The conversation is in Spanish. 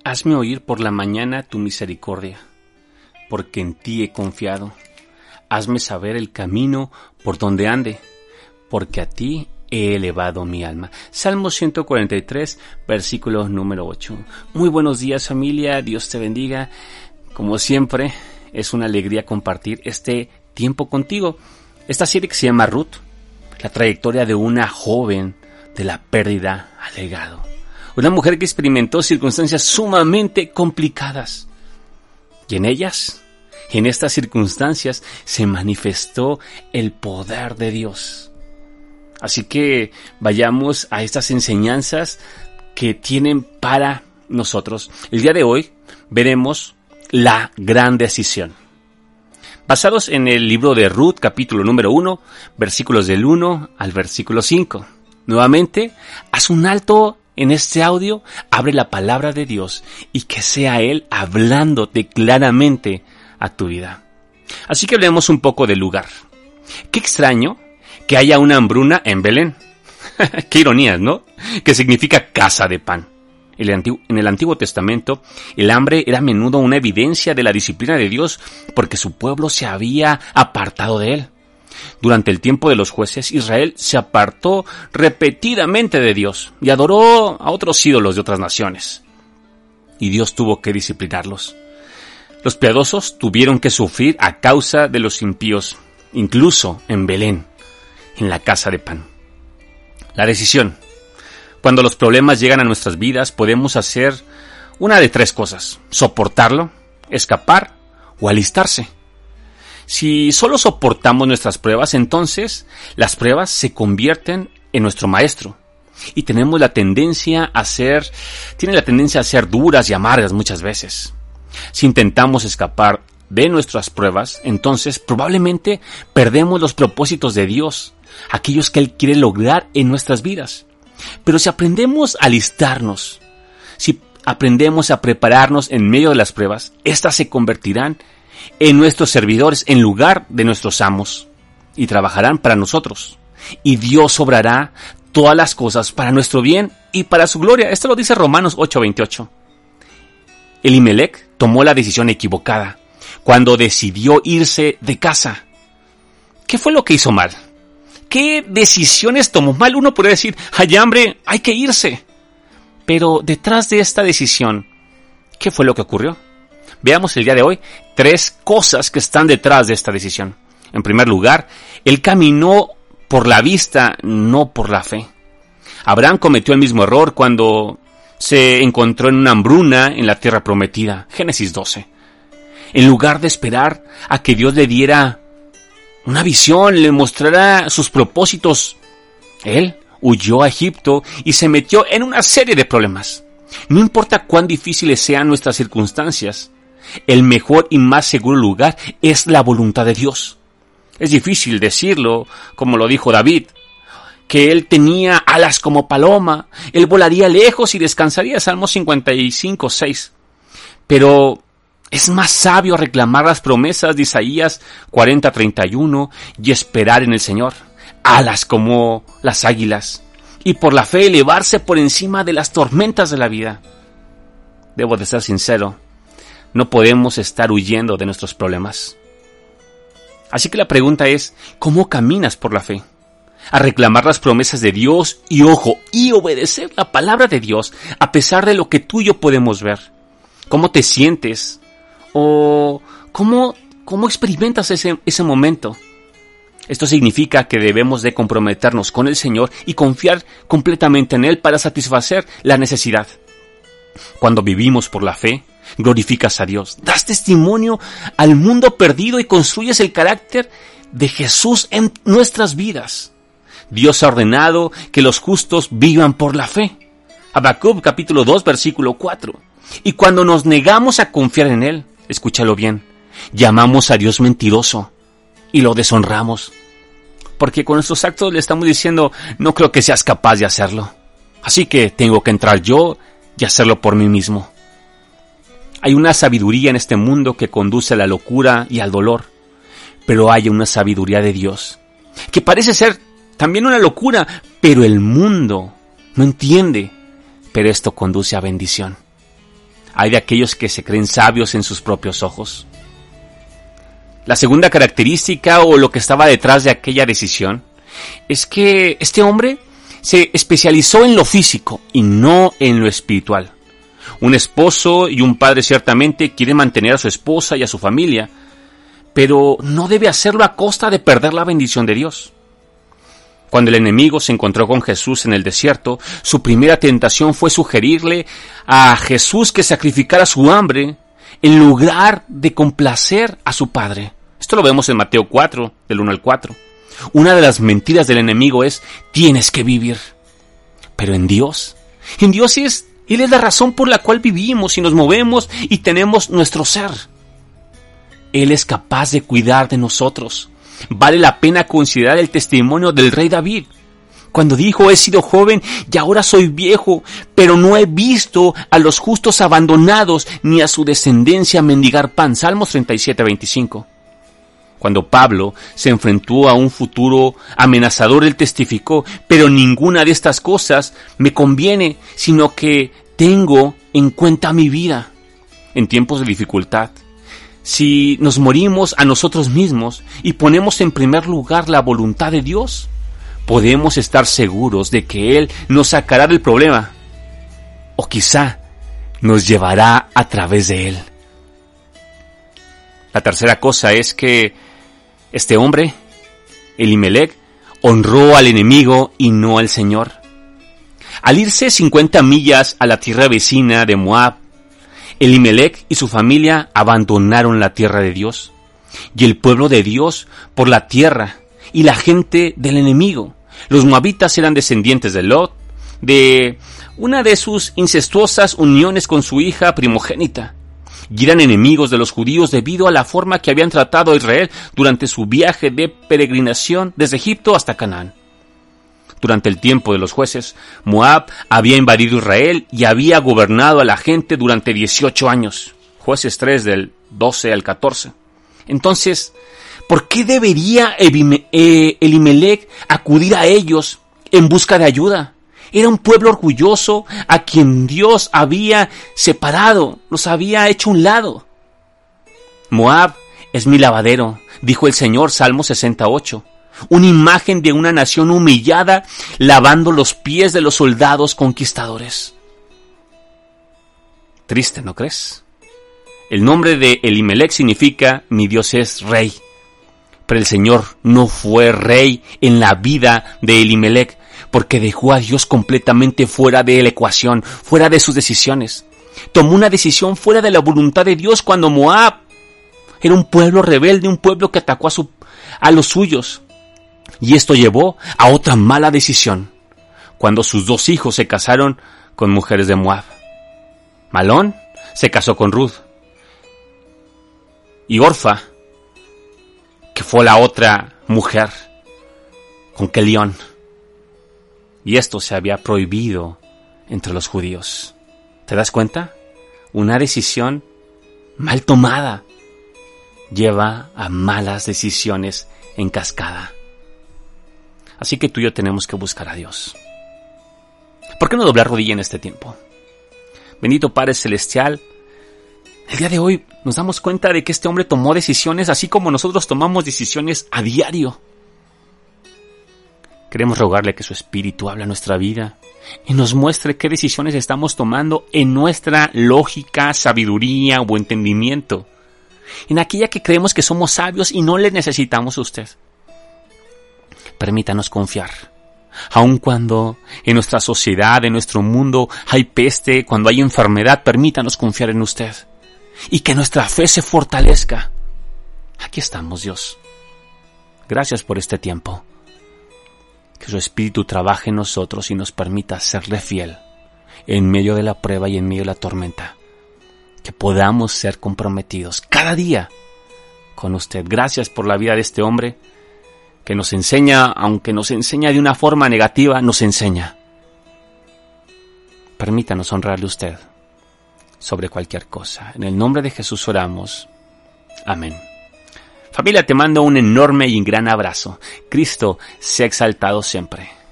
Hazme oír por la mañana tu misericordia, porque en ti he confiado. Hazme saber el camino por donde ande, porque a ti he elevado mi alma. Salmo 143, versículo número 8. Muy buenos días, familia, Dios te bendiga. Como siempre, es una alegría compartir este tiempo contigo. Esta serie que se llama Ruth, la trayectoria de una joven de la pérdida al legado. Una mujer que experimentó circunstancias sumamente complicadas. Y en ellas, en estas circunstancias, se manifestó el poder de Dios. Así que vayamos a estas enseñanzas que tienen para nosotros. El día de hoy veremos la gran decisión. Basados en el libro de Ruth, capítulo número 1, versículos del 1 al versículo 5. Nuevamente, haz un alto en este audio, abre la palabra de Dios y que sea Él hablándote claramente a tu vida. Así que hablemos un poco del lugar. Qué extraño que haya una hambruna en Belén. Qué ironías, ¿no? Que significa casa de pan. En el Antiguo Testamento, el hambre era a menudo una evidencia de la disciplina de Dios porque su pueblo se había apartado de Él. Durante el tiempo de los jueces, Israel se apartó repetidamente de Dios y adoró a otros ídolos de otras naciones. Y Dios tuvo que disciplinarlos. Los piadosos tuvieron que sufrir a causa de los impíos, incluso en Belén, en la casa de pan. La decisión. Cuando los problemas llegan a nuestras vidas, podemos hacer una de tres cosas: soportarlo, escapar o alistarse. Si solo soportamos nuestras pruebas, entonces las pruebas se convierten en nuestro maestro y tienen la tendencia a ser duras y amargas muchas veces. Si intentamos escapar de nuestras pruebas, entonces probablemente perdemos los propósitos de Dios, aquellos que Él quiere lograr en nuestras vidas. Pero si aprendemos a alistarnos, si aprendemos a prepararnos en medio de las pruebas, estas se convertirán en nuestros servidores en lugar de nuestros amos y trabajarán para nosotros. Y Dios obrará todas las cosas para nuestro bien y para su gloria. Esto lo dice Romanos 8:28. Elimelech tomó la decisión equivocada cuando decidió irse de casa. ¿Qué fue lo que hizo mal? ¿Qué decisiones tomó mal? Uno podría decir, hay hambre, hay que irse. Pero detrás de esta decisión, ¿qué fue lo que ocurrió? Veamos el día de hoy 3 cosas que están detrás de esta decisión. En primer lugar, él caminó por la vista, no por la fe. Abraham cometió el mismo error cuando se encontró en una hambruna en la tierra prometida. Génesis 12. En lugar de esperar a que Dios le diera una visión, le mostrara sus propósitos, él huyó a Egipto y se metió en una serie de problemas. No importa cuán difíciles sean nuestras circunstancias, el mejor y más seguro lugar es la voluntad de Dios. Es difícil decirlo, como lo dijo David, que él tenía alas como paloma, él volaría lejos y descansaría, Salmo 55:6. Pero es más sabio reclamar las promesas de Isaías 40:31 y esperar en el Señor, alas como las águilas, y por la fe elevarse por encima de las tormentas de la vida. Debo de ser sincero, no podemos estar huyendo de nuestros problemas. Así que la pregunta es, ¿cómo caminas por la fe? A reclamar las promesas de Dios y obedecer la palabra de Dios a pesar de lo que tú y yo podemos ver. ¿Cómo te sientes? ¿O cómo experimentas ese momento? Esto significa que debemos de comprometernos con el Señor y confiar completamente en Él para satisfacer la necesidad. Cuando vivimos por la fe, glorificas a Dios, das testimonio al mundo perdido y construyes el carácter de Jesús en nuestras vidas. Dios ha ordenado que los justos vivan por la fe. Habacuc capítulo 2 versículo 4. Y cuando nos negamos a confiar en Él, escúchalo bien, llamamos a Dios mentiroso y lo deshonramos. Porque con nuestros actos le estamos diciendo, no creo que seas capaz de hacerlo. Así que tengo que entrar yo y hacerlo por mí mismo. Hay una sabiduría en este mundo que conduce a la locura y al dolor. Pero hay una sabiduría de Dios que parece ser también una locura, pero el mundo no entiende. Pero esto conduce a bendición. Hay de aquellos que se creen sabios en sus propios ojos. La segunda característica o lo que estaba detrás de aquella decisión es que este hombre se especializó en lo físico y no en lo espiritual. Un esposo y un padre ciertamente quiere mantener a su esposa y a su familia, pero no debe hacerlo a costa de perder la bendición de Dios. Cuando el enemigo se encontró con Jesús en el desierto, su primera tentación fue sugerirle a Jesús que sacrificara su hambre en lugar de complacer a su Padre. Esto lo vemos en Mateo 4, del 1 al 4. Una de las mentiras del enemigo es: tienes que vivir. Pero en Dios Él es la razón por la cual vivimos y nos movemos y tenemos nuestro ser. Él es capaz de cuidar de nosotros. Vale la pena considerar el testimonio del rey David, cuando dijo: he sido joven y ahora soy viejo, pero no he visto a los justos abandonados ni a su descendencia mendigar pan. Salmos 37:25. Cuando Pablo se enfrentó a un futuro amenazador, él testificó: pero ninguna de estas cosas me conviene, sino que tengo en cuenta mi vida. En tiempos de dificultad, si nos morimos a nosotros mismos y ponemos en primer lugar la voluntad de Dios, podemos estar seguros de que Él nos sacará del problema, o quizá nos llevará a través de Él. La tercera cosa es que este hombre, Elimelec, honró al enemigo y no al Señor. Al irse 50 millas a la tierra vecina de Moab, Elimelec y su familia abandonaron la tierra de Dios y el pueblo de Dios por la tierra y la gente del enemigo. Los moabitas eran descendientes de Lot, de una de sus incestuosas uniones con su hija primogénita, y eran enemigos de los judíos debido a la forma que habían tratado a Israel durante su viaje de peregrinación desde Egipto hasta Canaán. Durante el tiempo de los jueces, Moab había invadido Israel y había gobernado a la gente durante 18 años. Jueces 3 del 12 al 14. Entonces, ¿por qué debería Elimelec acudir a ellos en busca de ayuda? Era un pueblo orgulloso a quien Dios había separado, los había hecho a un lado. Moab es mi lavadero, dijo el Señor, Salmo 68. Una imagen de una nación humillada lavando los pies de los soldados conquistadores. Triste, ¿no crees? El nombre de Elimelec significa mi Dios es rey. Pero el Señor no fue rey en la vida de Elimelec, porque dejó a Dios completamente fuera de la ecuación, fuera de sus decisiones. Tomó una decisión fuera de la voluntad de Dios cuando Moab era un pueblo rebelde, un pueblo que atacó a los suyos. Y esto llevó a otra mala decisión, cuando sus dos hijos se casaron con mujeres de Moab. Malón se casó con Ruth, y Orfa, que fue la otra mujer, con Kelión. Y esto se había prohibido entre los judíos. ¿Te das cuenta? Una decisión mal tomada lleva a malas decisiones en cascada. Así que tú y yo tenemos que buscar a Dios. ¿Por qué no doblar rodilla en este tiempo? Bendito Padre Celestial, el día de hoy nos damos cuenta de que este hombre tomó decisiones así como nosotros tomamos decisiones a diario. Queremos rogarle que su Espíritu hable a nuestra vida y nos muestre qué decisiones estamos tomando en nuestra lógica, sabiduría o entendimiento, en aquella que creemos que somos sabios y no le necesitamos a usted. Permítanos confiar, aun cuando en nuestra sociedad, en nuestro mundo hay peste, cuando hay enfermedad, permítanos confiar en usted y que nuestra fe se fortalezca. Aquí estamos, Dios. Gracias por este tiempo. Que su Espíritu trabaje en nosotros y nos permita serle fiel en medio de la prueba y en medio de la tormenta. Que podamos ser comprometidos cada día con usted. Gracias por la vida de este hombre que nos enseña, aunque nos enseña de una forma negativa, nos enseña. Permítanos honrarle a usted sobre cualquier cosa. En el nombre de Jesús oramos. Amén. Familia, te mando un enorme y gran abrazo. Cristo sea exaltado siempre.